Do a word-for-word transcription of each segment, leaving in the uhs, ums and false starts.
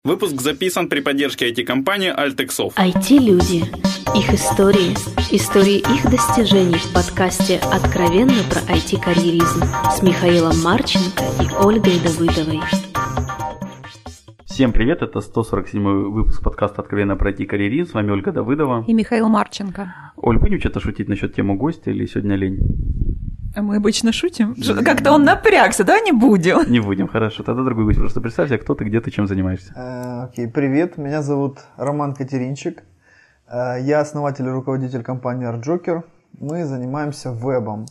Выпуск записан при поддержке ай ти-компании Altexov. ай ти-люди. Их истории. Истории их достижений в подкасте «Откровенно про ай ти-карьеризм» с Михаилом Марченко и Ольгой Давыдовой. Всем привет, это сто сорок седьмой выпуск подкаста «Откровенно про ай ти-карьеризм». С вами Ольга Давыдова. И Михаил Марченко. Оль, будем что-то шутить насчет темы гостя или сегодня лень? Мы обычно шутим. Как-то он напрягся, да, не будем? Не будем, хорошо. Тогда другой гость. Просто представься, кто ты, где ты, чем занимаешься. Окей, okay, привет, меня зовут Роман Катеринчик. Я основатель и руководитель компании ArtJoker. Мы занимаемся вебом.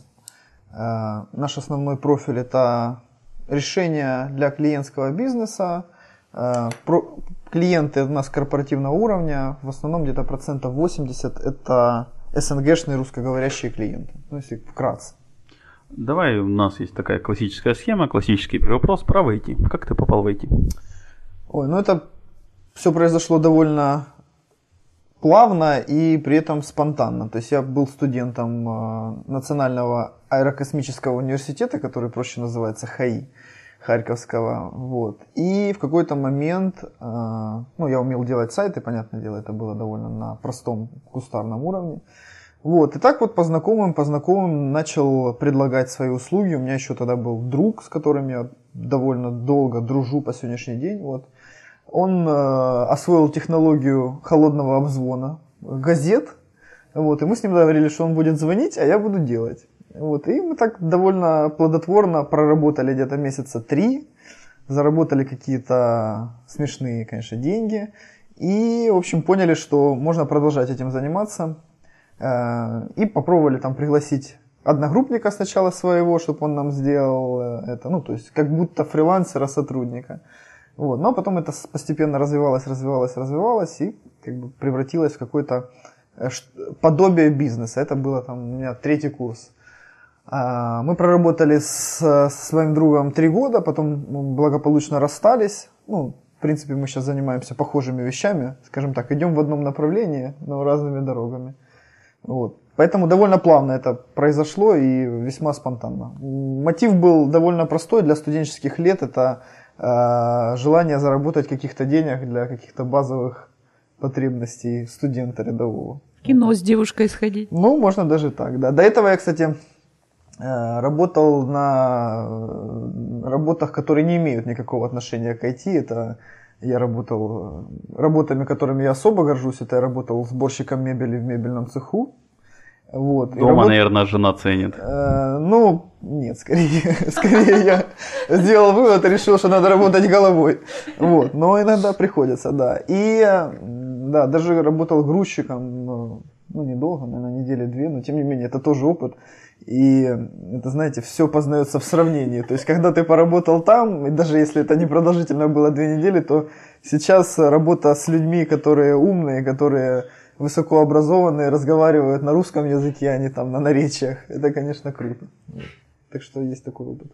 Наш основной профиль – это решения для клиентского бизнеса. Клиенты у нас корпоративного уровня, в основном где-то процентов восемьдесят – это эс эн гэ-шные русскоговорящие клиенты, ну если вкратце. Давай, у нас есть такая классическая схема, классический вопрос про ай ти. Как ты попал в ай ти? Ой, ну это все произошло довольно плавно и при этом спонтанно. То есть я был студентом Национального аэрокосмического университета, который проще называется ХАИ, Харьковского. Вот. И в какой-то момент, ну я умел делать сайты, понятное дело, это было довольно на простом кустарном уровне. Вот, и так вот по знакомым, по знакомым начал предлагать свои услуги. У меня еще тогда был друг, с которым я довольно долго дружу по сегодняшний день. Вот. Он э, освоил технологию холодного обзвона газет. Вот, и мы с ним договорились, что он будет звонить, а я буду делать. Вот, и мы так довольно плодотворно проработали где-то месяца три. Заработали какие-то смешные, конечно, деньги. И, в общем, поняли, что можно продолжать этим заниматься. И попробовали там пригласить одногруппника сначала своего, чтобы он нам сделал это, ну, то есть как будто фрилансера, сотрудника. Вот. Но потом это постепенно развивалось, развивалось, развивалось и как бы превратилось в какое-то подобие бизнеса. Это было там у меня третий курс. Мы проработали с, с своим другом три года, потом благополучно расстались. Ну, в принципе, мы сейчас занимаемся похожими вещами, скажем так, идем в одном направлении, но разными дорогами. Вот. Поэтому довольно плавно это произошло и весьма спонтанно. Мотив был довольно простой для студенческих лет. Это э, желание заработать каких-то денег для каких-то базовых потребностей студента рядового. В кино с девушкой сходить. Ну, можно даже так, да. До этого я, кстати, э, работал на работах, которые не имеют никакого отношения к ай ти. Это я работал работами, которыми я особо горжусь. Это я работал сборщиком мебели в мебельном цеху. Вот. Дома, работ... наверное, жена ценит. Э, ну, нет, скорее, скорее я сделал вывод и решил, что надо работать головой. Вот. Но иногда приходится, да. И да, даже работал грузчиком, ну, недолго, наверное, недели две, но тем не менее, это тоже опыт. И это, знаете, все познается в сравнении. То есть, когда ты поработал там, и даже если это не продолжительно было две недели, то сейчас работа с людьми, которые умные, которые высокообразованные, разговаривают на русском языке, а не там на наречиях, это, конечно, круто. Так что есть такой опыт.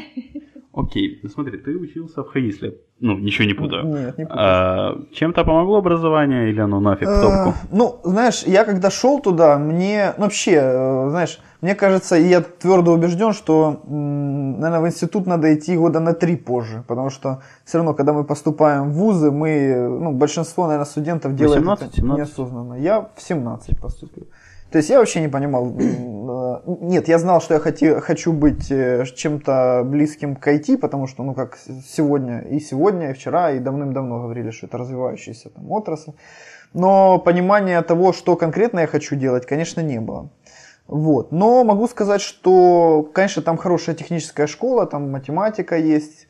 Окей, ну смотри, ты учился в ХАИ, если, ну, ничего не путаю. Нет, не путаю. А, чем-то помогло образование или оно нафиг в топку? А, ну, знаешь, я когда шел туда, мне, ну, вообще, знаешь, мне кажется, и я твердо убежден, что, наверное, в институт надо идти года на три позже, потому что все равно, когда мы поступаем в вузы, мы, ну, большинство, наверное, студентов делает восемнадцать, это неосознанно. Я в семнадцать поступил. То есть я вообще не понимал, нет, я знал, что я хоти, хочу быть чем-то близким к ай ти, потому что, ну, как сегодня, и сегодня, и вчера, и давным-давно говорили, что это развивающаяся там отрасль, но понимания того, что конкретно я хочу делать, конечно, не было. Вот. Но могу сказать, что, конечно, там хорошая техническая школа, там математика есть,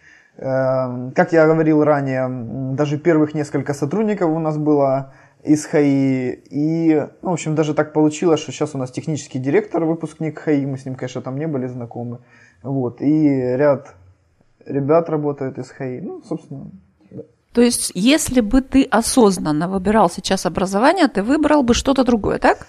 как я говорил ранее, даже первых несколько сотрудников у нас было из ХАИ, и, ну, в общем, даже так получилось, что сейчас у нас технический директор, выпускник ХАИ, мы с ним, конечно, там не были знакомы, вот, и ряд ребят работают из ХАИ, ну, собственно, да. То есть, если бы ты осознанно выбирал сейчас образование, ты выбрал бы что-то другое, так?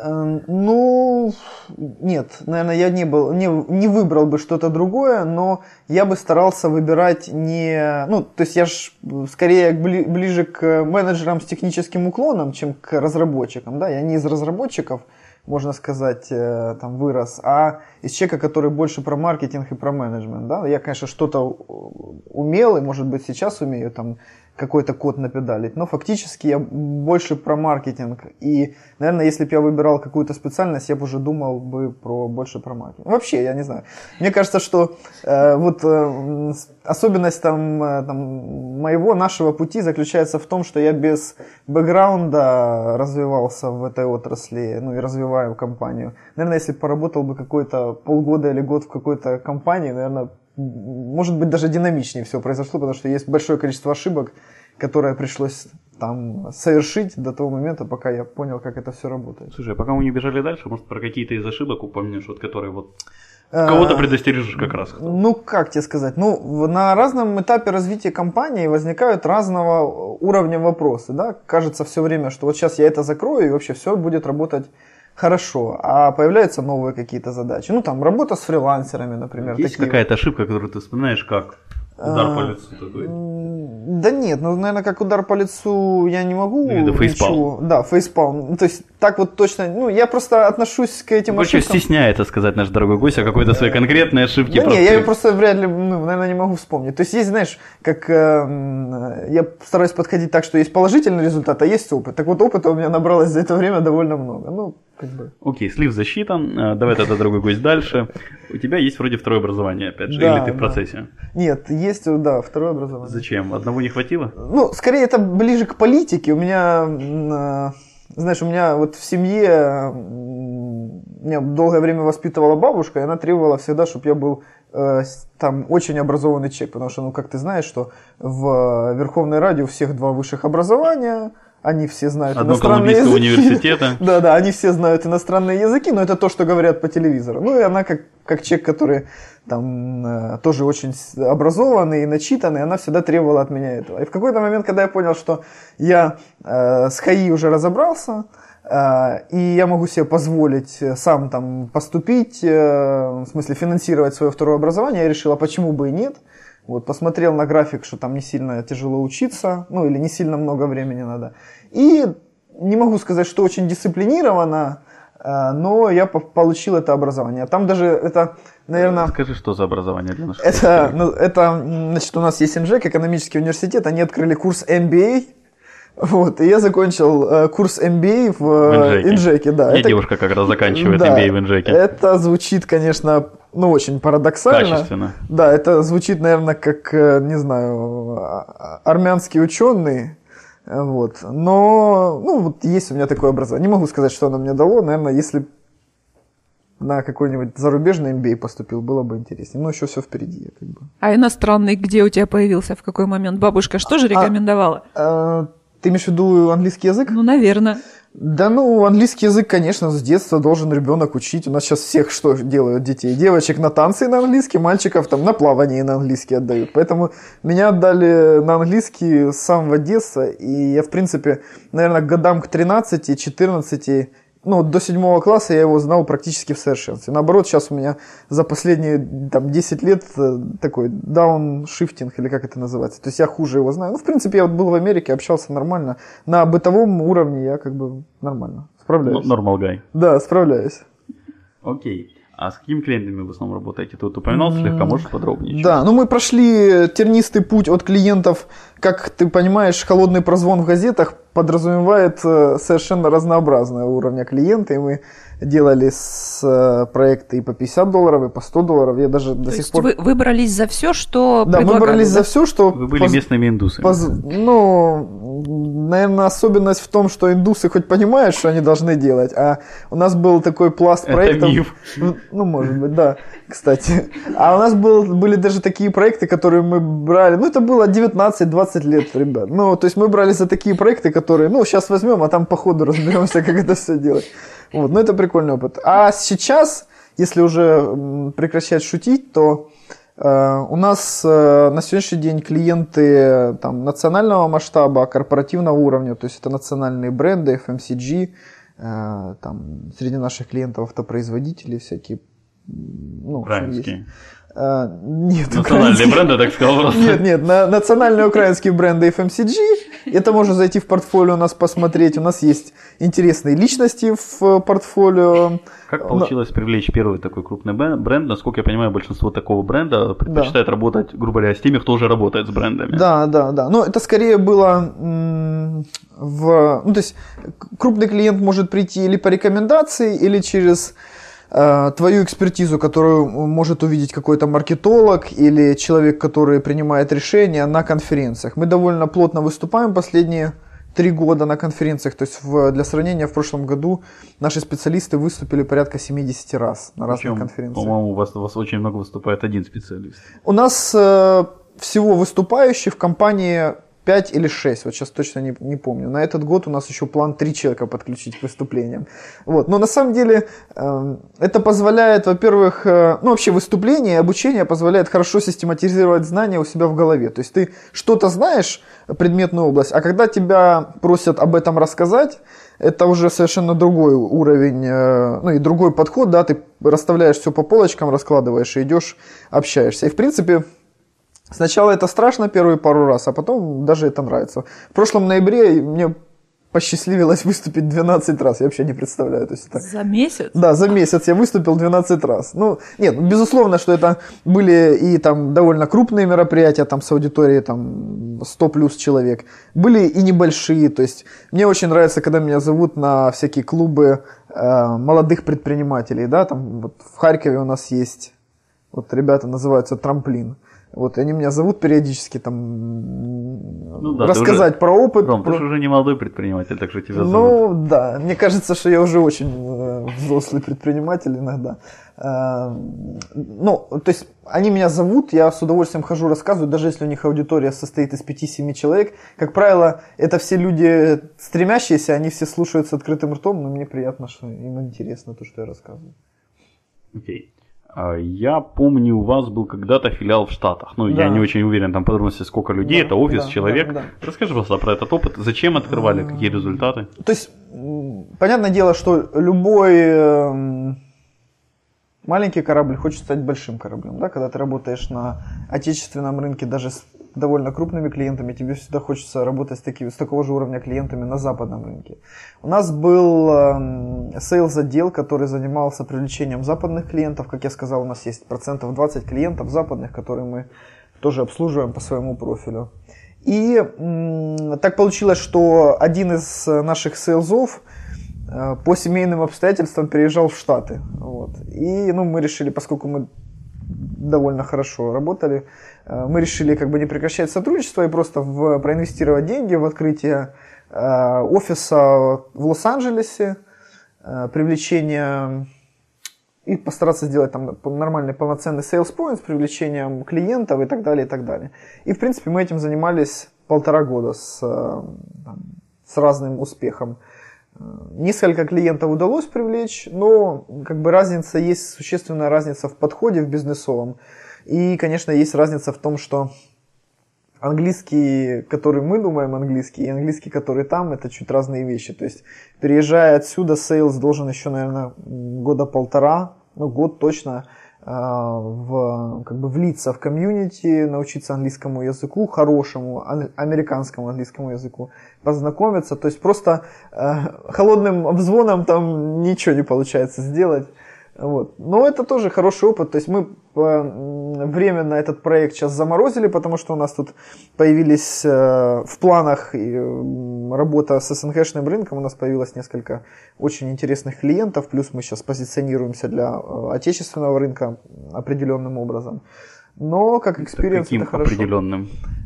Ну, нет, наверное, я не, был, не, не выбрал бы что-то другое, но я бы старался выбирать не... Ну, то есть я же скорее бли, ближе к менеджерам с техническим уклоном, чем к разработчикам, да, я не из разработчиков, можно сказать, там, вырос, а из человека, который больше про маркетинг и про менеджмент, да, я, конечно, что-то умел, и, может быть, сейчас умею, там, какой-то код напедалить, но фактически я больше про маркетинг. И, наверное, если бы я выбирал какую-то специальность, я бы уже думал бы про, больше про маркетинг. Вообще, я не знаю. Мне кажется, что э, вот э, особенность там, э, там, моего, нашего пути заключается в том, что я без бэкграунда развивался в этой отрасли, ну и развиваю компанию. Наверное, если бы поработал бы какой-то полгода или год в какой-то компании, наверное, может быть, даже динамичнее все произошло, потому что есть большое количество ошибок, которые пришлось там совершить до того момента, пока я понял, как это все работает. Слушай, а пока мы не бежали дальше, может, про какие-то из ошибок упомнишь, вот которые вот кого-то предостережешь как раз? Ну, как тебе сказать? Ну, на разном этапе развития компании возникают разного уровня вопросы, да? Кажется все время, что вот сейчас я это закрою, и вообще все будет работать хорошо, а появляются новые какие-то задачи. Ну, там, работа с фрилансерами, например. Есть такие какая-то ошибка, которую ты вспоминаешь, как удар а, по лицу такой? Да нет, ну, наверное, как удар по лицу я не могу. Ну, это фейспалм. Да, фейспалм. То есть, так вот точно, ну, я просто отношусь к этим Короче, ошибкам. Стесняется сказать наш дорогой гость о какой-то своей конкретной ошибке. Да не, я ее просто вряд ли, ну, наверное, не могу вспомнить. То есть, есть, знаешь, как э, я стараюсь подходить так, что есть положительный результат, а есть опыт. Так вот, опыта у меня набралось за это время довольно много. Ну, как бы. Окей, слив засчитан. Давай тогда, дорогой гость, дальше. У тебя есть вроде второе образование, опять же, да, или ты в да. процессе? Нет, есть, да, второе образование. Зачем? Одного не хватило? Ну, скорее это ближе к политике. У меня, знаешь, у меня вот в семье, меня долгое время воспитывала бабушка, и она требовала всегда, чтобы я был там очень образованный человек, потому что, ну, как ты знаешь, что в Верховной Раде у всех два высших образования, они все знают Одно иностранные языки. университета. Да, да, они все знают иностранные языки, но это то, что говорят по телевизору. Ну, и она как, как человек, который там э, тоже очень образованный и начитанный, она всегда требовала от меня этого. И в какой-то момент, когда я понял, что я э, с ХАИ уже разобрался, э, и я могу себе позволить сам там поступить, э, в смысле финансировать свое второе образование, я решил, а почему бы и нет. Вот, посмотрел на график, что там не сильно тяжело учиться, ну или не сильно много времени надо. И не могу сказать, что очень дисциплинированно, но я получил это образование. Там даже это, наверное... Скажи, что за образование для наших это, ну, это, значит, у нас есть ИНЖЭК, экономический университет, они открыли курс эм би эй. Вот, и я закончил э, курс эм би эй в, в ИНЖЭКе. Да. Мне это, девушка как раз заканчивает да, эм би эй в ИНЖЭКе. Это звучит, конечно, ну, очень парадоксально. Качественно. Да, это звучит, наверное, как, не знаю, армянский ученый. Вот. Но, ну, вот есть у меня такое образование. Не могу сказать, что оно мне дало. Наверное, если на какой-нибудь зарубежный эм би эй поступил, было бы интереснее. Но еще все впереди. Как бы. А иностранный где у тебя появился? В какой момент? Бабушка что же рекомендовала? А, а, ты имеешь в виду английский язык? Ну, наверное. Да, ну, английский язык, конечно, с детства должен ребенок учить. У нас сейчас всех что делают детей? Девочек на танцы на английский, мальчиков там на плавание на английский отдают. Поэтому меня отдали на английский с самого детства. И я, в принципе, наверное, к годам к тринадцати-четырнадцати, ну, до седьмого класса я его знал практически в совершенстве. Наоборот, сейчас у меня за последние там, десять лет такой дауншифтинг, или как это называется. То есть я хуже его знаю. Ну, в принципе, я вот был в Америке, общался нормально. На бытовом уровне я как бы нормально справляюсь. Нормал гай. Да, справляюсь. Окей. А с какими клиентами вы в основном работаете? Ты вот упоминал слегка, можешь подробнее? Да, ну мы прошли тернистый путь от клиентов. Как ты понимаешь, холодный прозвон в газетах подразумевает совершенно разнообразного уровня клиента. И мы делали с проекты и по пятьдесят долларов, и по сто долларов. Я даже до То сих есть пор... вы, вы брались за все, что Да, мы брались да? за все, что... Вы были поз... местными индусами. Поз... Ну, наверное, особенность в том, что индусы хоть понимают, что они должны делать, а у нас был такой пласт Это проектов... миф. Ну, может быть, да, кстати. А у нас был, были даже такие проекты, которые мы брали... Ну, это было девятнадцать-двадцать лет, ребят. Ну, то есть мы брали за такие проекты, которые... Ну, сейчас возьмем, а там по ходу разберемся, как это все делать. Вот, ну, это прикольный опыт. А сейчас, если уже прекращать шутить, то э, у нас э, на сегодняшний день клиенты там, национального масштаба, корпоративного уровня, то есть это национальные бренды, эф эм си джи, э, там, среди наших клиентов автопроизводители всякие. Ну, украинские. Uh, нет, национальные бренды, так сказал просто. Нет, нет, на, национальные украинские бренды эф эм си джи, Это можно зайти в портфолио у нас посмотреть. У нас есть интересные личности в портфолио. Как получилось привлечь первый такой крупный бренд? Насколько я понимаю, большинство такого бренда предпочитает да. работать, грубо говоря, с теми, кто уже работает с брендами. Да, да, да. Но это скорее было м- в... Ну, то есть крупный клиент может прийти или по рекомендации, или через э, твою экспертизу, которую может увидеть какой-то маркетолог или человек, который принимает решения на конференциях. Мы довольно плотно выступаем последние три года на конференциях, то есть в, для сравнения в прошлом году наши специалисты выступили порядка семьдесят раз на разных Причем, конференциях. По-моему, у вас, у вас очень много выступает один специалист. У нас э, всего выступающих в компании пять или шесть, вот сейчас точно не, не помню. На этот год у нас еще план три человека подключить к выступлениям. Вот. Но на самом деле э, это позволяет, во-первых, э, ну вообще выступление и обучение позволяет хорошо систематизировать знания у себя в голове. То есть ты что-то знаешь, предметную область, а когда тебя просят об этом рассказать, это уже совершенно другой уровень, э, ну и другой подход, да, ты расставляешь все по полочкам, раскладываешь и идешь, общаешься. И в принципе... Сначала это страшно первые пару раз, а потом даже это нравится. В прошлом ноябре мне посчастливилось выступить двенадцать раз, я вообще не представляю. То есть это... За месяц? Да, за месяц я выступил двенадцать раз. Ну, нет, безусловно, что это были и там довольно крупные мероприятия, там с аудиторией там сто плюс человек. Были и небольшие, то есть мне очень нравится, когда меня зовут на всякие клубы э, молодых предпринимателей, да, там вот в Харькове у нас есть, вот ребята называются «Трамплин». Вот, они меня зовут периодически там ну, да, рассказать уже, про опыт. Ром, про... ты же уже не молодой предприниматель, так что тебя зовут. Ну, да, мне кажется, что я уже очень э, взрослый предприниматель иногда. Э, ну, то есть, они меня зовут, я с удовольствием хожу, рассказываю, даже если у них аудитория состоит из пяти-семи человек. Как правило, это все люди стремящиеся, они все слушают с открытым ртом, но мне приятно, что им интересно то, что я рассказываю. Окей. Okay. Я помню, у вас был когда-то филиал в Штатах. Ну, да. Я не очень уверен, там подробности, сколько людей, да, это офис, да, человек. Да, да. Расскажи, пожалуйста, про этот опыт. Зачем открывали, какие результаты? То есть, понятное дело, что любой маленький корабль хочет стать большим кораблем. Да? Когда ты работаешь на отечественном рынке, даже с довольно крупными клиентами, тебе всегда хочется работать с, таки, с такого же уровня клиентами на западном рынке. У нас был э, сейлс-отдел, который занимался привлечением западных клиентов. Как я сказал, у нас есть процентов двадцать клиентов западных, которые мы тоже обслуживаем по своему профилю. И э, так получилось, что один из наших сейлзов э, по семейным обстоятельствам переезжал в Штаты. Вот. И ну, мы решили, поскольку мы довольно хорошо работали, мы решили как бы не прекращать сотрудничество и просто в, проинвестировать деньги в открытие э, офиса в Лос-Анджелесе, э, привлечение и постараться сделать там нормальный полноценный sales point с привлечением клиентов и так далее, и так далее. И в принципе мы этим занимались полтора года с, там, с разным успехом. Несколько клиентов удалось привлечь, но как бы разница, есть существенная разница в подходе в бизнесовом. И, конечно, есть разница в том, что английский, который мы думаем английский, и английский, который там, это чуть разные вещи. То есть, переезжая отсюда, сейлс должен еще, наверное, года полтора, ну, год точно, в, как бы влиться в комьюнити, научиться английскому языку, хорошему, американскому английскому языку, познакомиться. То есть, просто холодным обзвоном там ничего не получается сделать. Вот. Но это тоже хороший опыт. То есть мы временно этот проект сейчас заморозили, потому что у нас тут появились в планах работа с СНГшным рынком. У нас появилось несколько очень интересных клиентов. Плюс мы сейчас позиционируемся для отечественного рынка определенным образом. Но как экспириенс это хорошо. Определенным?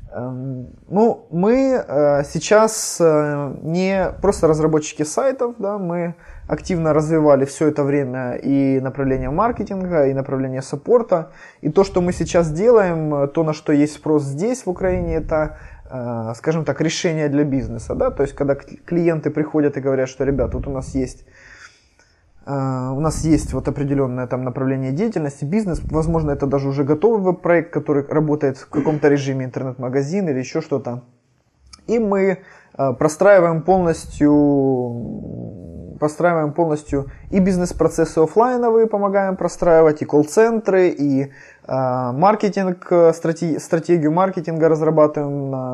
Ну, мы сейчас не просто разработчики сайтов, да, мы активно развивали все это время и направление маркетинга, и направление саппорта. И то, что мы сейчас делаем, то, на что есть спрос здесь, в Украине, это, скажем так, решение для бизнеса. Да? То есть, когда клиенты приходят и говорят, что, ребят, вот у нас есть, у нас есть вот определенное там направление деятельности, бизнес, возможно, это даже уже готовый веб-проект, который работает в каком-то режиме, интернет-магазин или еще что-то. И мы простраиваем полностью... Простраиваем полностью и бизнес-процессы офлайновые, помогаем простраивать, и колл-центры, и э, маркетинг, стратег, стратегию маркетинга разрабатываем на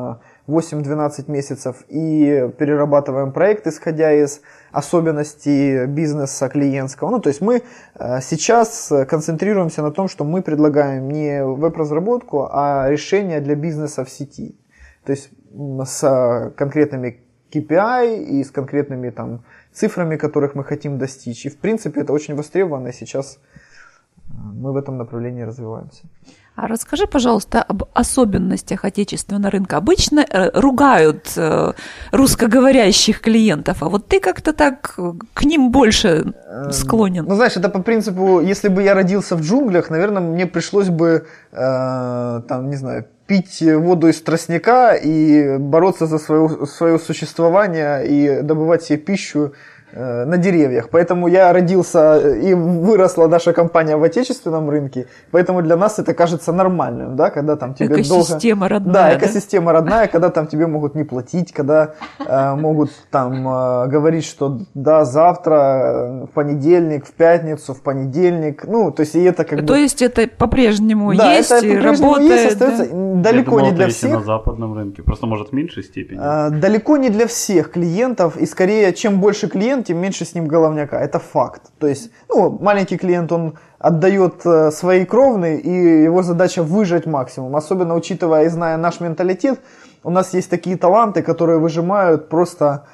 восемь-двенадцать месяцев и перерабатываем проект, исходя из особенностей бизнеса клиентского. Ну, то есть мы сейчас концентрируемся на том, что мы предлагаем не веб-разработку, а решения для бизнеса в сети. То есть с конкретными кей пи ай и с конкретными там цифрами, которых мы хотим достичь. И в принципе это очень востребовано, и сейчас мы в этом направлении развиваемся. А расскажи, пожалуйста, об особенностях отечественного рынка. Обычно э, ругают э, русскоговорящих клиентов, а вот ты как-то так к ним больше склонен. Ну, знаешь, это по принципу, если бы я родился в джунглях, наверное, мне пришлось бы, э, там, не знаю, пить воду из тростника и бороться за свое, свое существование и добывать себе пищу э, на деревьях. Поэтому я родился и выросла наша компания в отечественном рынке, поэтому для нас это кажется нормальным, да, когда там тебе экосистема долго... родная. Да, экосистема да? родная, когда там тебе могут не платить, когда э, могут там э, говорить, что да, завтра, в понедельник, в пятницу, в понедельник, ну, то есть и это как то бы... То есть это по-прежнему да, есть это и по-прежнему работает? Есть, остается да? далеко Я думал, не для это всех. на западном рынке, просто может в меньшей степени. А, далеко не для всех клиентов, и скорее, чем больше клиент, тем меньше с ним головняка, это факт. То есть, ну, маленький клиент, он отдает свои кровные, и его задача выжать максимум, особенно учитывая и зная наш менталитет, у нас есть такие таланты, которые выжимают просто...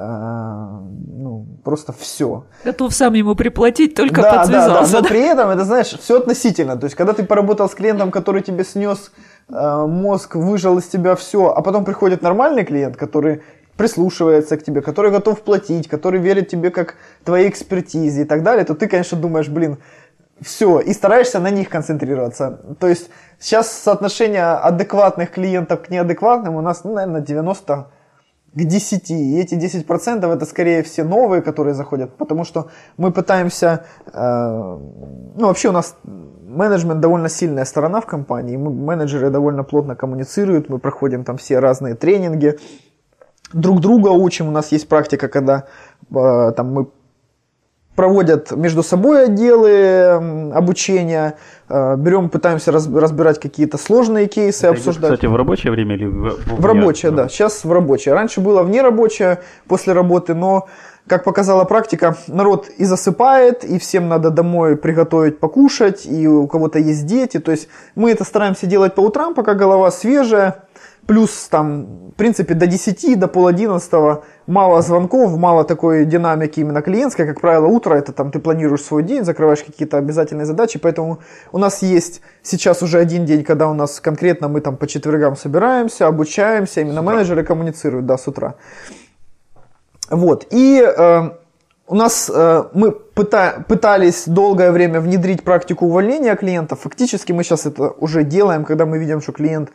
ну, просто все. Готов сам ему приплатить, только да, подсвязался. Да, да, но при этом, это, знаешь, все относительно. То есть, когда ты поработал с клиентом, который тебе снес э, мозг, выжал из тебя все, а потом приходит нормальный клиент, который прислушивается к тебе, который готов платить, который верит тебе как твоей экспертизе и так далее, то ты, конечно, думаешь, блин, все, и стараешься на них концентрироваться. То есть, сейчас соотношение адекватных клиентов к неадекватным у нас, ну, наверное, девяносто к десяти. И эти десять процентов это скорее все новые, которые заходят, потому что мы пытаемся, э, ну вообще у нас менеджмент довольно сильная сторона в компании, мы, менеджеры довольно плотно коммуницируют, мы проходим там все разные тренинги, друг друга учим, у нас есть практика, когда э, там мы проводят между собой отделы обучения, берем, пытаемся разбирать какие-то сложные кейсы, это обсуждать. Идет, кстати, в рабочее время или в, в, в рабочее, да. Сейчас в рабочее. Раньше было в нерабочее после работы, но, как показала практика, народ и засыпает, и всем надо домой приготовить покушать, и у кого-то есть дети. То есть мы это стараемся делать по утрам, пока голова свежая. Плюс там, в принципе, до десяти, до пол-одиннадцатого мало звонков, мало такой динамики именно клиентской. Как правило, утро это там ты планируешь свой день, закрываешь какие-то обязательные задачи. Поэтому у нас есть сейчас уже один день, когда у нас конкретно мы там по четвергам собираемся, обучаемся, именно менеджеры коммуницируют, да, с утра. Вот, и э, у нас э, мы пыта, пытались долгое время внедрить практику увольнения клиентов. Фактически мы сейчас это уже делаем, когда мы видим, что клиент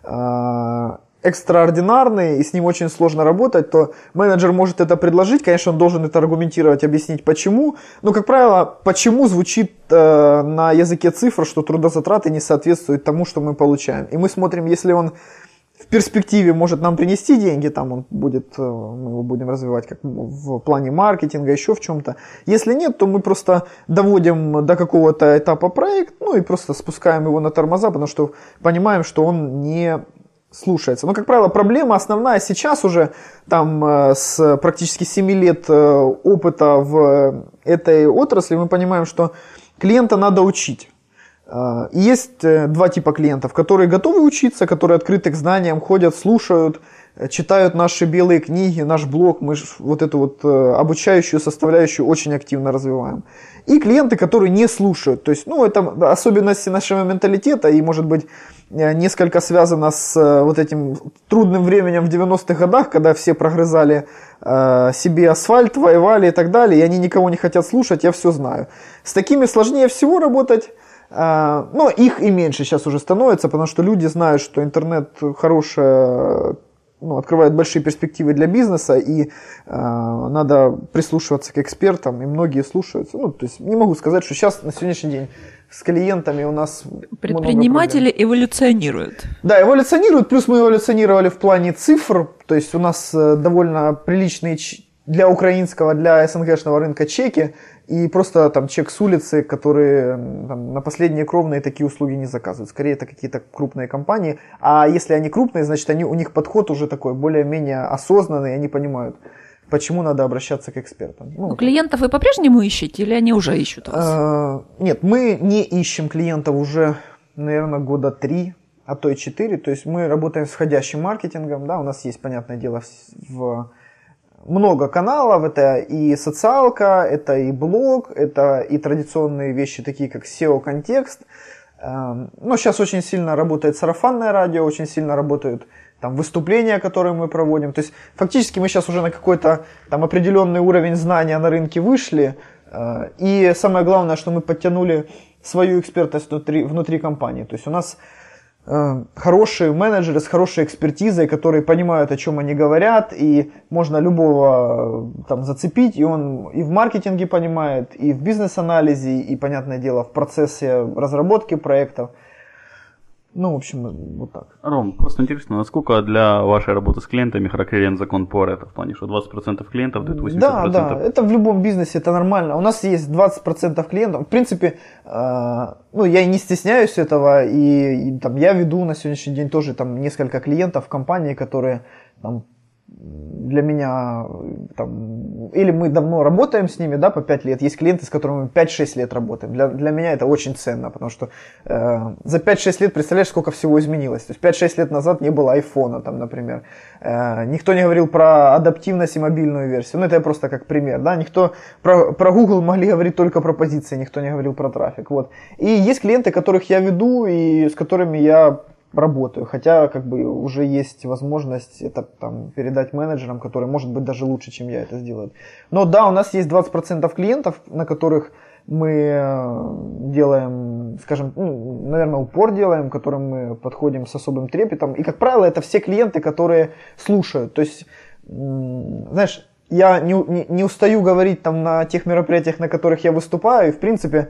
экстраординарный и с ним очень сложно работать, то менеджер может это предложить, конечно, он должен это аргументировать, объяснить почему, но, как правило, почему звучит э, на языке цифр, что трудозатраты не соответствуют тому, что мы получаем. И мы смотрим, если он в перспективе может нам принести деньги, там он будет, мы его будем развивать как в плане маркетинга, еще в чем-то. Если нет, то мы просто доводим до какого-то этапа проект, ну и просто спускаем его на тормоза, потому что понимаем, что он не слушается. Но, как правило, проблема основная сейчас уже там с практически семи лет опыта в этой отрасли, мы понимаем, что клиента надо учить. И есть два типа клиентов, которые готовы учиться, которые открыты к знаниям, ходят, слушают, читают наши белые книги, наш блог, мы вот эту вот обучающую составляющую очень активно развиваем. И клиенты, которые не слушают, то есть, ну, это особенности нашего менталитета и, может быть, несколько связано с вот этим трудным временем в девяностых годах, когда все прогрызали себе асфальт, воевали и так далее, и они никого не хотят слушать, я все знаю. С такими сложнее всего работать. Но их и меньше сейчас уже становится, потому что люди знают, что интернет хорошая, ну, открывает большие перспективы для бизнеса, и э, надо прислушиваться к экспертам, и многие слушаются. Ну, то есть не могу сказать, что сейчас на сегодняшний день с клиентами у нас предприниматели эволюционируют. Да, эволюционируют, плюс мы эволюционировали в плане цифр, то есть у нас довольно приличные для украинского, для СНГшного рынка чеки, и просто там человек с улицы, которые там, на последние кровные такие услуги не заказывают. Скорее, это какие-то крупные компании. А если они крупные, значит, они, у них подход уже такой более-менее осознанный, они понимают, почему надо обращаться к экспертам. Ну, ну, клиентов вы по-прежнему ищете или они уже ищут вас? Э, нет, мы не ищем клиентов уже, наверное, года три, а то и четыре. То есть мы работаем с входящим маркетингом. Да, у нас есть, понятное дело, в, в много каналов. Это и социалка, это и блог, это и традиционные вещи, такие как сео-контекст. Э, но сейчас очень сильно работает сарафанное радио, очень сильно работают там выступления, которые мы проводим. То есть фактически мы сейчас уже на какой-то там определенный уровень знания на рынке вышли. И самое главное, что мы подтянули свою экспертность внутри, внутри компании. То есть у нас хорошие менеджеры с хорошей экспертизой, которые понимают, о чем они говорят, и можно любого там зацепить, и он и в маркетинге понимает, и в бизнес-анализе, и, понятное дело, в процессе разработки проектов. Ну, в общем, вот так. Ром, просто интересно, насколько для вашей работы с клиентами характерен закон Парето, в плане, что двадцать процентов клиентов дают восемьдесят процентов? Да, да, это в любом бизнесе, это нормально. У нас есть двадцать процентов клиентов. В принципе, э, ну, я и не стесняюсь этого, и, и там, я веду на сегодняшний день тоже там, несколько клиентов в компании, которые там, для меня, там, или мы давно работаем с ними, да, по пять лет, есть клиенты, с которыми мы пять-шесть лет работаем. Для, для меня это очень ценно, потому что э, за пять-шесть лет, представляешь, сколько всего изменилось. То есть пять-шесть лет назад не было айфона, там, например. Э, никто не говорил про адаптивность и мобильную версию. Ну, это я просто как пример, да. Никто про, про Google могли говорить только про позиции, никто не говорил про трафик, вот. И есть клиенты, которых я веду и с которыми я работаю, хотя как бы уже есть возможность это там передать менеджерам, которые, может быть, даже лучше, чем я это сделают. Но да, у нас есть двадцать процентов клиентов, на которых мы делаем, скажем, ну, наверное, упор делаем, к которым мы подходим с особым трепетом. И, как правило, это все клиенты, которые слушают. То есть, знаешь, я не, не, не устаю говорить там на тех мероприятиях, на которых я выступаю, и, в принципе,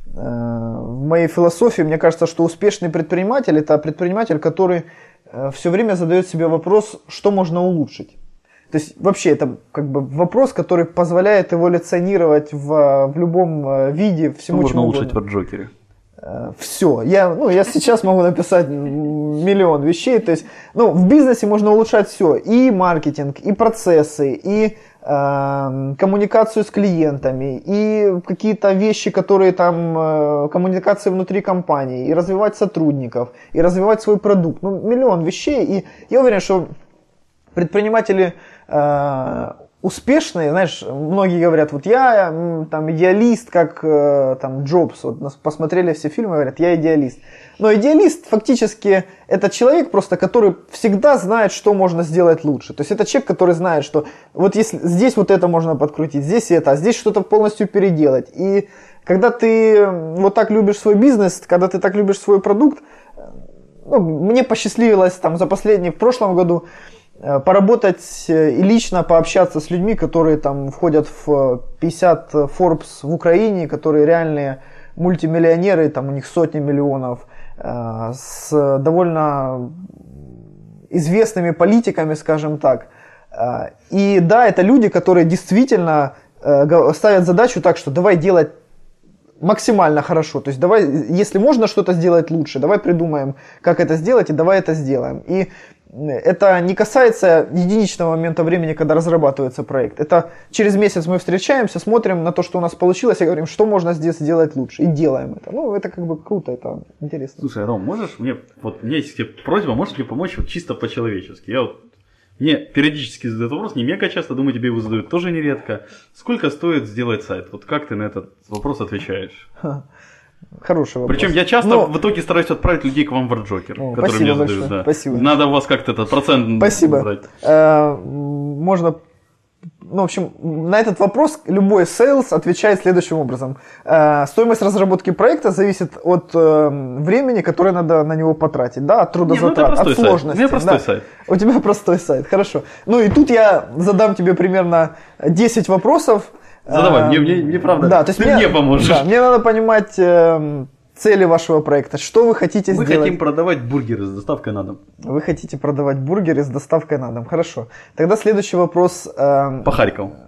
в моей философии, мне кажется, что успешный предприниматель – это предприниматель, который все время задает себе вопрос, что можно улучшить. То есть вообще это как бы вопрос, который позволяет эволюционировать в, в любом виде всему, что чему можно улучшить в Джокере? Все. Я, ну, я сейчас могу написать миллион вещей. То есть, ну, в бизнесе можно улучшать все. И маркетинг, и процессы, и э, коммуникацию с клиентами, и какие-то вещи, которые там, э, коммуникации внутри компании, и развивать сотрудников, и развивать свой продукт. Ну, миллион вещей. И я уверен, что предприниматели э, успешные, знаешь, многие говорят, вот я там идеалист, как там Джобс, вот нас посмотрели все фильмы, говорят, я идеалист. Но идеалист фактически это человек просто, который всегда знает, что можно сделать лучше. То есть это человек, который знает, что вот если здесь вот это можно подкрутить, здесь это, а здесь что-то полностью переделать. И когда ты вот так любишь свой бизнес, когда ты так любишь свой продукт, ну, мне посчастливилось там за последний, в прошлом году поработать и лично пообщаться с людьми, которые там входят в пятьдесят Forbes в Украине, которые реальные мультимиллионеры, там у них сотни миллионов, с довольно известными политиками, скажем так. И да, это люди, которые действительно ставят задачу так, что давай делать максимально хорошо. То есть давай, если можно что-то сделать лучше, давай придумаем, как это сделать, и давай это сделаем. И это не касается единичного момента времени, когда разрабатывается проект. Это через месяц мы встречаемся, смотрим на то, что у нас получилось, и говорим, что можно здесь сделать лучше, и делаем это. Ну, это как бы круто, это интересно. Слушай, Ром, можешь мне, вот у меня есть к тебе просьба, можешь мне помочь вот чисто по-человечески? Я вот, мне периодически задают вопрос, не мега часто, думаю, тебе его задают тоже нередко. Сколько стоит сделать сайт? Вот как ты на этот вопрос отвечаешь? Хороший вопрос. Причем я часто Но... в итоге стараюсь отправить людей к вам в Арджокер, О, которые мне большое. задают. Да. Спасибо. Надо у вас как-то этот процент Спасибо. брать. Э, можно, ну, в общем, на этот вопрос любой сейлс отвечает следующим образом. Э, стоимость разработки проекта зависит от э, времени, которое надо на него потратить, да, от трудозатрат, Не, ну от сложности. У меня простой да. сайт. У тебя простой сайт, хорошо. Ну и тут я задам тебе примерно десять вопросов. Задавай, мне, мне, мне правда, да, то есть ты мне, мне поможешь. Да, мне надо понимать э, цели вашего проекта, что вы хотите Мы сделать. Мы хотим продавать бургеры с доставкой на дом. Вы хотите продавать бургеры с доставкой на дом, хорошо. Тогда следующий вопрос. Э, по Харькову.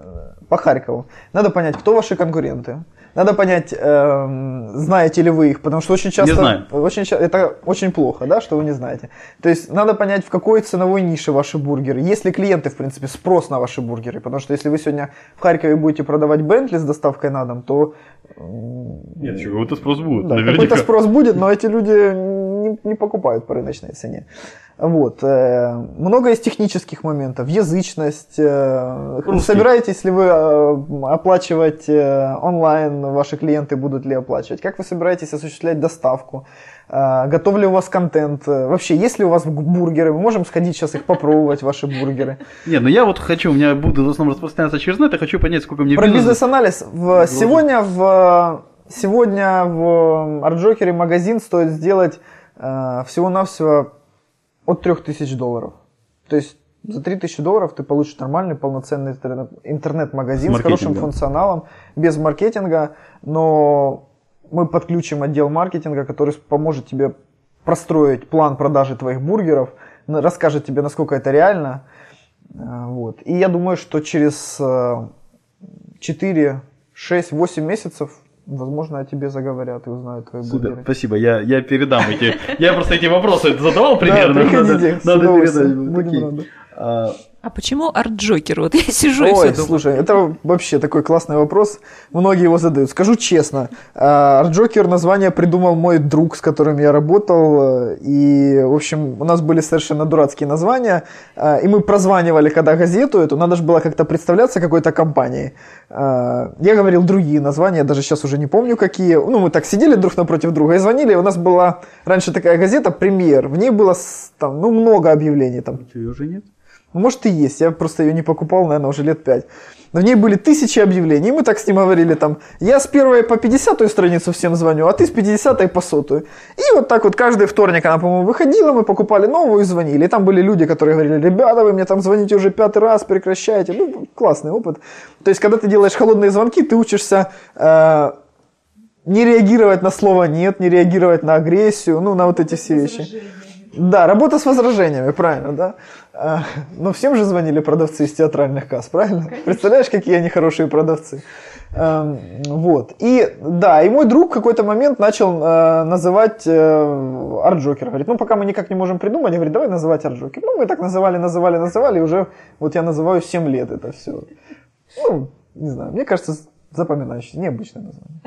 по Харькову. Надо понять, кто ваши конкуренты. Надо понять, э, знаете ли вы их, потому что очень часто... Не знаю. Очень, это очень плохо, да, что вы не знаете. То есть надо понять, в какой ценовой нише ваши бургеры. Есть ли клиенты, в принципе, спрос на ваши бургеры. Потому что если вы сегодня в Харькове будете продавать Бентли с доставкой на дом, то... Нет, еще какой-то спрос будет. Да, какой-то спрос будет, но эти люди не, не покупают по рыночной цене. Вот. Много есть технических моментов, язычность. Русский. Собираетесь ли вы оплачивать онлайн, ваши клиенты будут ли оплачивать? Как вы собираетесь осуществлять доставку? Готов ли у вас контент? Вообще, есть ли у вас бургеры? Мы можем сходить сейчас их попробовать, ваши бургеры. Не, ну я вот хочу, у меня будут в основном распространяться через нет, я хочу понять, сколько мне Про бизнес... бизнес-анализ. В, сегодня, в, сегодня в Арт-Джокере магазин стоит сделать э, всего-навсего от трех тысяч долларов. То есть за три тысячи долларов ты получишь нормальный полноценный интернет-магазин с, с хорошим функционалом, без маркетинга, но мы подключим отдел маркетинга, который поможет тебе простроить план продажи твоих бургеров, расскажет тебе, насколько это реально. Вот. И я думаю, что через четыре, шесть, восемь месяцев, возможно, о тебе заговорят и узнают твои Супер, бургеры. Спасибо, я, я передам эти... Я просто эти вопросы задавал примерно. Да, приходите, надо, надо передать. Будем рады. А, а почему Арт-Джокер? Вот я сижу Ой, и все думаю. Слушай, это вообще такой классный вопрос. Многие его задают. Скажу честно, Арт-Джокер название придумал мой друг, с которым я работал. И, в общем, у нас были совершенно дурацкие названия. И мы прозванивали, когда газету эту, надо же было как-то представляться какой-то компанией. Я говорил другие названия, даже сейчас уже не помню какие. Ну, мы так сидели друг напротив друга и звонили. У нас была раньше такая газета «Премьер». В ней было там, ну, много объявлений. Там. Ее уже нет? Может и есть, я просто ее не покупал, наверное, уже лет пять. Но в ней были тысячи объявлений, и мы так с ним говорили, там, я с первой по пятидесятую страницу всем звоню, а ты с пятидесятой по сотую. И вот так вот каждый вторник она, по-моему, выходила, мы покупали новую и звонили. И там были люди, которые говорили, ребята, вы мне там звоните уже пятый раз, прекращайте. Ну, классный опыт. То есть, когда ты делаешь холодные звонки, ты учишься... Э- не реагировать на слово «нет», не реагировать на агрессию, ну, на вот эти все вещи. Да, работа с возражениями, правильно, да. А, но всем же звонили продавцы из театральных касс, правильно? Конечно. Представляешь, какие они хорошие продавцы. А, вот. И да, и мой друг в какой-то момент начал а, называть а, Арт-Джокер. Говорит, ну пока мы никак не можем придумать, говорит, давай называть Арт-Джокер. Ну, мы так называли, называли, называли, и уже вот я называю семь лет это все. Ну, не знаю, мне кажется, запоминающее, необычное название.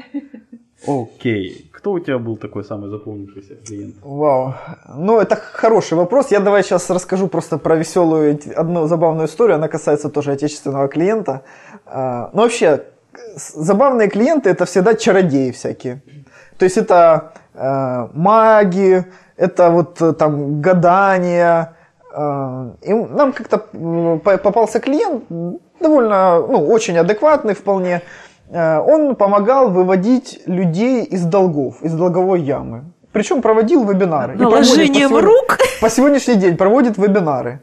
Окей. Кто у тебя был такой самый запомнившийся клиент? Вау. Ну, это хороший вопрос. Я давай сейчас расскажу просто про веселую, одну забавную историю. Она касается тоже отечественного клиента. Ну, вообще, забавные клиенты – это всегда чародеи всякие. То есть, это э, маги, это вот там гадания. Э, и нам как-то попался клиент довольно, ну, очень адекватный вполне. Он помогал выводить людей из долгов, из долговой ямы. Причем проводил вебинары. Наложением по рук? По сегодняшний день проводит вебинары.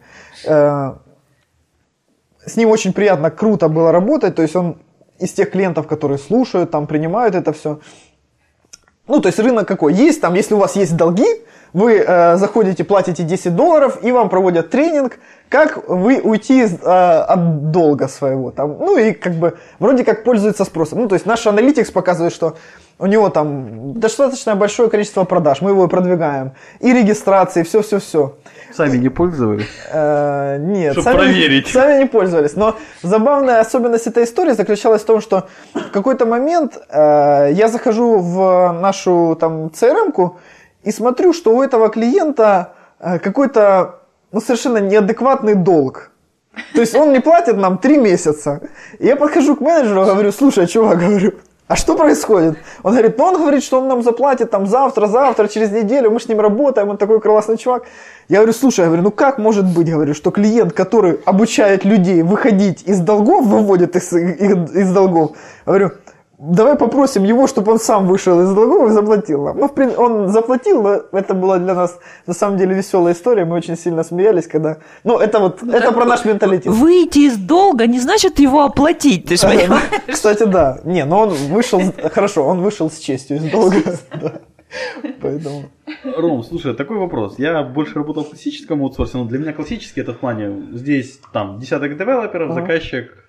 С ним очень приятно, круто было работать. То есть он из тех клиентов, которые слушают, там, принимают это все. Ну, то есть рынок какой? Есть там, если у вас есть долги, вы э, заходите, платите десять долларов, и вам проводят тренинг, как вы уйти э, от долга своего. Там, ну и как бы вроде как пользуется спросом. Ну, то есть наш аналитикс показывает, что у него там достаточно большое количество продаж, мы его продвигаем, и регистрации, все-все-все. Сами не пользовались? Э, нет, чтобы сами, проверить. Сами не пользовались. Но забавная особенность этой истории заключалась в том, что в какой-то момент э, я захожу в нашу там си эр эм-ку и смотрю, что у этого клиента э, какой-то ну, совершенно неадекватный долг. То есть он не платит нам три месяца. И я подхожу к менеджеру и говорю, слушай, чувак, говорю, а что происходит? Он говорит, ну он говорит, что он нам заплатит там завтра, завтра, через неделю, мы с ним работаем, он такой классный чувак. Я говорю, слушай, я говорю, ну как может быть, говорю, что клиент, который обучает людей выходить из долгов, выводит их из, из долгов, говорю, давай попросим его, чтобы он сам вышел из долгов и заплатил нам. Ну, он заплатил, но это была для нас на самом деле веселая история. Мы очень сильно смеялись, когда... Ну, это вот, ну, это про наш менталитет. Выйти из долга не значит его оплатить, ты же понимаешь? Кстати, да. Не, но он вышел... Хорошо, он вышел с честью из долга. Поэтому... Ром, слушай, такой вопрос. Я больше работал в классическом аутсорсе, но для меня классический это в плане... Здесь там десяток девелоперов, заказчик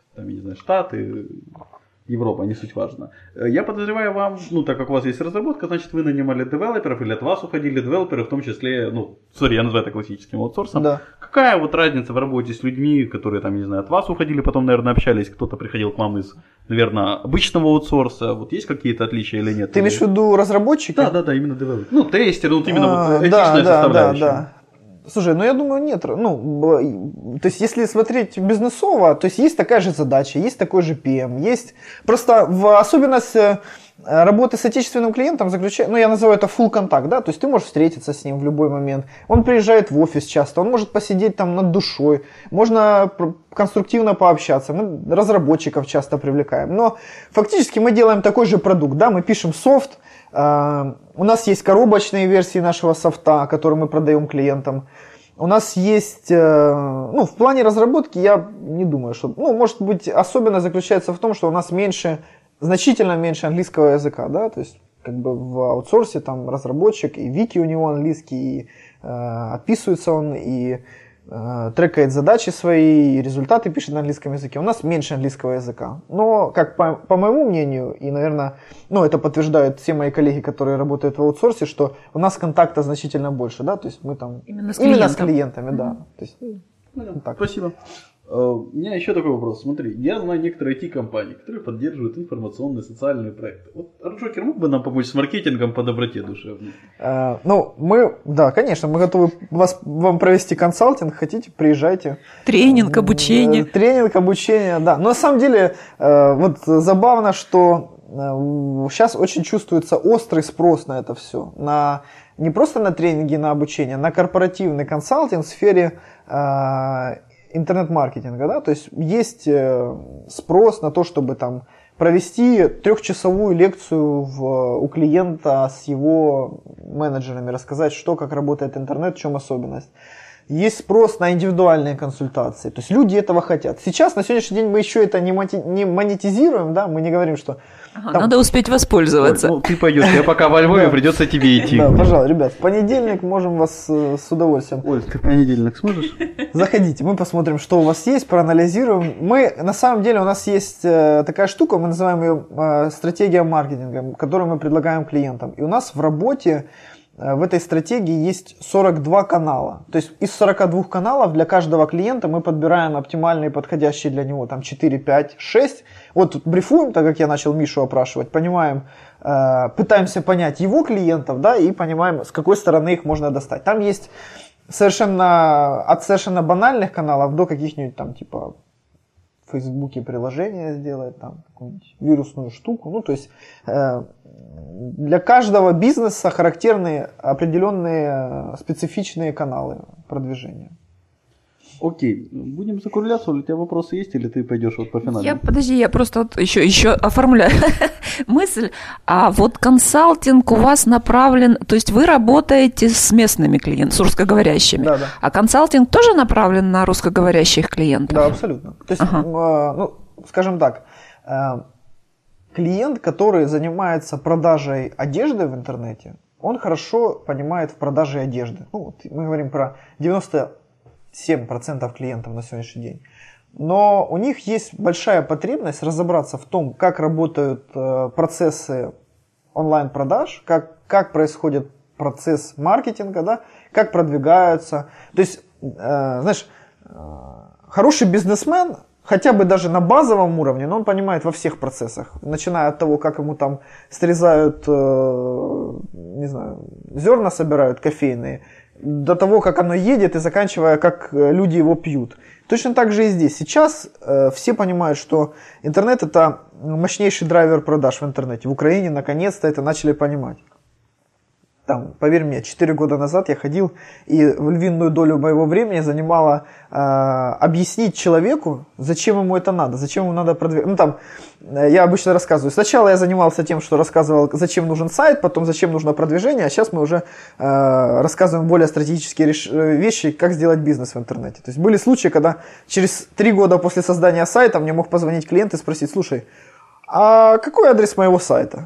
там, я не знаю, Штаты, Европа, не суть важно. Я подозреваю вам, ну, так как у вас есть разработка, значит, вы нанимали девелоперов, или от вас уходили девелоперы, в том числе, ну, сори, я называю это классическим аутсорсом. Да. Какая вот разница в работе с людьми, которые, там, не знаю, от вас уходили, потом, наверное, общались, кто-то приходил к вам из, наверное, обычного аутсорса, вот есть какие-то отличия или нет? Ты имеешь в виду разработчики? Да, да, да, именно девелоперы. Ну, тестеры, вот именно а, вот этичная да, да, составляющая. Да, да. Слушай, ну я думаю, нет. Ну, то есть, если смотреть бизнесово, то есть есть такая же задача, есть такой же пи эм, есть. Просто в особенность работы с отечественным клиентом заключается, ну я называю это full контакт, да, то есть ты можешь встретиться с ним в любой момент. Он приезжает в офис часто, он может посидеть там над душой, можно конструктивно пообщаться. Мы разработчиков часто привлекаем. Но фактически мы делаем такой же продукт, да, мы пишем софт. Uh, у нас есть коробочные версии нашего софта, которые мы продаем клиентам. У нас есть, uh, ну, в плане разработки я не думаю, что, ну, может быть, особенность заключается в том, что у нас меньше, значительно меньше английского языка, да, то есть, как бы в аутсорсе там разработчик, и вики у него английский, и uh, описывается он, и uh, трекает задачи свои, и результаты пишет на английском языке. У нас меньше английского языка. Но, как по, по моему мнению, и, наверное, ну, это подтверждают все мои коллеги, которые работают в аутсорсе, что у нас контакта значительно больше, да, то есть мы там именно с, именно с клиентами, mm-hmm. да. То есть, ну, так. Спасибо. У меня еще такой вопрос. Смотри, я знаю некоторые ай ти-компании, которые поддерживают информационные, социальные проекты. Вот Арджокер мог бы нам помочь с маркетингом по доброте душевной? Uh, ну, мы, да, конечно, мы готовы вас, вам провести консалтинг, хотите, приезжайте. Тренинг, обучение. Тренинг, обучение, да. Но на самом деле, вот забавно, что сейчас очень чувствуется острый спрос на это все. На, не просто на тренинги, на обучение, на корпоративный консалтинг в сфере интернет-маркетинга, да, то есть есть спрос на то, чтобы там провести трехчасовую лекцию в, у клиента с его менеджерами, рассказать, что, как работает интернет, в чем особенность. Есть спрос на индивидуальные консультации, то есть люди этого хотят. Сейчас, на сегодняшний день, мы еще это не, моти- не монетизируем, да, мы не говорим, что... Ага, там... Надо успеть воспользоваться. Ну, ты пойдешь, я пока во Львове, придется тебе идти. Да, пожалуйста, ребят, в понедельник можем вас с удовольствием. Оль, ты в понедельник сможешь? Заходите, мы посмотрим, что у вас есть, проанализируем. Мы, на самом деле, у нас есть такая штука, мы называем ее стратегия маркетинга, которую мы предлагаем клиентам. И у нас в работе в этой стратегии есть сорок два канала. То есть из сорока двух каналов для каждого клиента мы подбираем оптимальные, подходящие для него, там четыре, пять, шесть. Вот брифуем, так как я начал Мишу опрашивать, понимаем, э, пытаемся понять его клиентов, да, и понимаем, с какой стороны их можно достать. Там есть совершенно, от совершенно банальных каналов до каких-нибудь там типа в Фейсбуке приложение сделать, там какую-нибудь вирусную штуку. Ну, то есть э, для каждого бизнеса характерны определенные специфичные каналы продвижения. Окей, будем закругляться, у тебя вопросы есть, или ты пойдешь вот по финалу? Я, подожди, я просто вот еще, еще оформляю мысль. А вот консалтинг у вас направлен, то есть вы работаете с местными клиентами, с русскоговорящими, да, да. А консалтинг тоже направлен на русскоговорящих клиентов? Да, абсолютно. То есть, ага. э, ну, скажем так, э, клиент, который занимается продажей одежды в интернете, он хорошо понимает в продаже одежды. Ну, вот мы говорим про девяносто семь процентов клиентов на сегодняшний день. Но у них есть большая потребность разобраться в том, как работают э, процессы онлайн-продаж, как, как происходит процесс маркетинга, да, как продвигаются. То есть, э, знаешь, э, хороший бизнесмен, хотя бы даже на базовом уровне, но он понимает во всех процессах, начиная от того, как ему там срезают, э, не знаю, зерна собирают кофейные, до того, как оно едет, и заканчивая, как люди его пьют. Точно так же и здесь. Сейчас э, все понимают, что интернет – это мощнейший драйвер продаж в интернете. В Украине наконец-то это начали понимать. Там, поверь мне, четыре года назад я ходил, и львиную долю моего времени занимало э, объяснить человеку, зачем ему это надо, зачем ему надо продвигать. Ну, там, я обычно рассказываю. Сначала я занимался тем, что рассказывал, зачем нужен сайт, потом зачем нужно продвижение, а сейчас мы уже э, рассказываем более стратегические реш... вещи, как сделать бизнес в интернете. То есть были случаи, когда через три года после создания сайта мне мог позвонить клиент и спросить: слушай, а какой адрес моего сайта?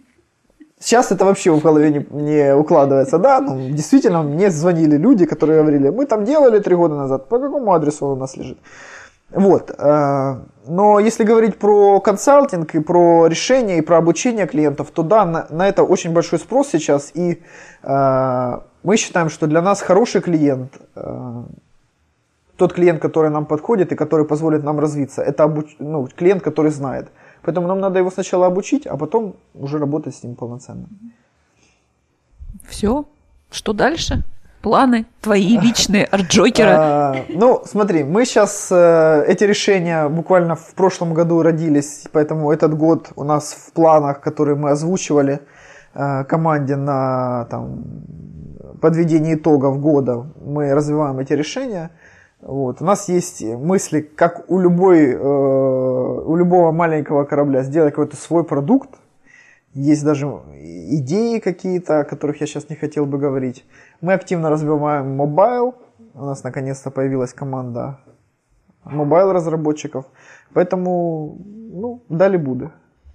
Сейчас это вообще в голове не, не укладывается, да, ну, действительно, мне звонили люди, которые говорили: мы там делали три года назад, по какому адресу он у нас лежит? Вот. Но если говорить про консалтинг и про решение, и про обучение клиентов, то да, на, на это очень большой спрос сейчас. И э, мы считаем, что для нас хороший клиент, э, тот клиент, который нам подходит и который позволит нам развиться, это обуч... ну, клиент, который знает. Поэтому нам надо его сначала обучить, а потом уже работать с ним полноценно. Все? Что дальше? Планы твои личные, арт-джокера? А, ну, смотри, мы сейчас, э, эти решения буквально в прошлом году родились, поэтому этот год у нас в планах, которые мы озвучивали э, команде на там, подведение итогов года, мы развиваем эти решения. Вот. У нас есть мысли, как у, любой, э, у любого маленького корабля, сделать какой-то свой продукт. Есть даже идеи какие-то, о которых я сейчас не хотел бы говорить. Мы активно развиваем мобайл. У нас наконец-то появилась команда мобайл-разработчиков. Поэтому, ну, дали буду.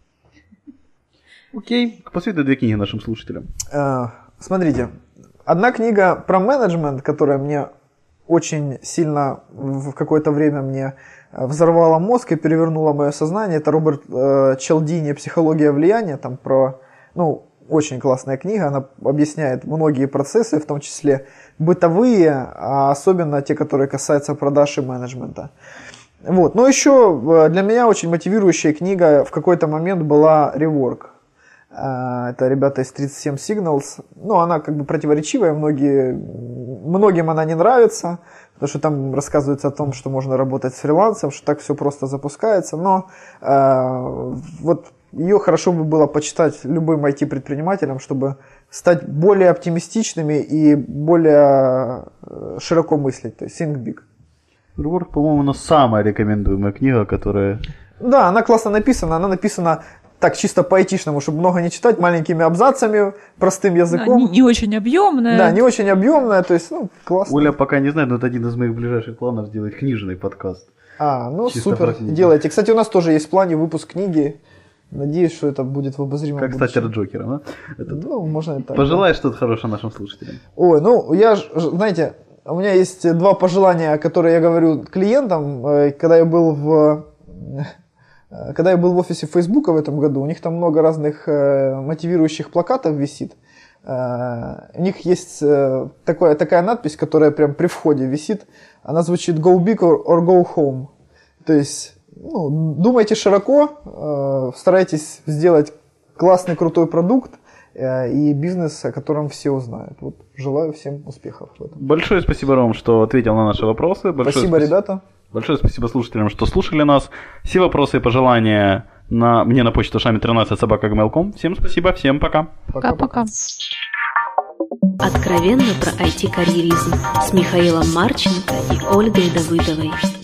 Окей. Посоветуй две книги нашим слушателям. Смотрите. Одна книга про менеджмент, которая мне очень сильно в какое-то время мне взорвала мозг и перевернула мое сознание. Это Роберт э, Чалдини «Психология влияния». Там про, ну, очень классная книга. Она объясняет многие процессы, в том числе бытовые, а особенно те, которые касаются продаж и менеджмента. Вот. Но еще для меня очень мотивирующая книга в какой-то момент была «Rework». Это ребята из тридцать семь Signals. Ну, она как бы противоречивая, многие, многим она не нравится, потому что там рассказывается о том, что можно работать с фрилансом, что так все просто запускается. Но э, вот ее хорошо бы было почитать любым ай ти-предпринимателям, чтобы стать более оптимистичными и более широко мыслить. То есть think big. Rework, по-моему, она самая рекомендуемая книга, которая... Да, она классно написана. Она написана так чисто по-айтишному, чтобы много не читать, маленькими абзацами, простым языком. Да, не, не очень объемная. Да, не очень объемная, то есть, ну, классно. Оля пока не знает, но это один из моих ближайших планов сделать книжный подкаст. А, ну Чисто супер, делайте. Кстати, у нас тоже есть в плане выпуск книги. Надеюсь, что это будет в обозримом Как будущем. стать арт-джокером, да? Это... Ну, можно и так. Пожелай да. что-то хорошее нашим слушателям. Ой, ну, я, знаете, у меня есть два пожелания, которые я говорю клиентам, когда я был в... Когда я был в офисе Фейсбука в этом году, у них там много разных э, мотивирующих плакатов висит. Э, у них есть э, такое, такая надпись, которая прям при входе висит. Она звучит «Go big or, or go home». То есть, ну, думайте широко, э, старайтесь сделать классный, крутой продукт э, и бизнес, о котором все узнают. Вот, желаю всем успехов в этом. Большое спасибо, Ром, что ответил на наши вопросы. Большое спасибо, спасибо, ребята. Большое спасибо слушателям, что слушали нас. Все вопросы и пожелания на, мне на почту шами тринадцать собака джи мейл точка ком. Всем спасибо, всем пока. Пока-пока. Откровенно про ай ти-карьеризм с Михаилом Марченко и Ольгой Давыдовой.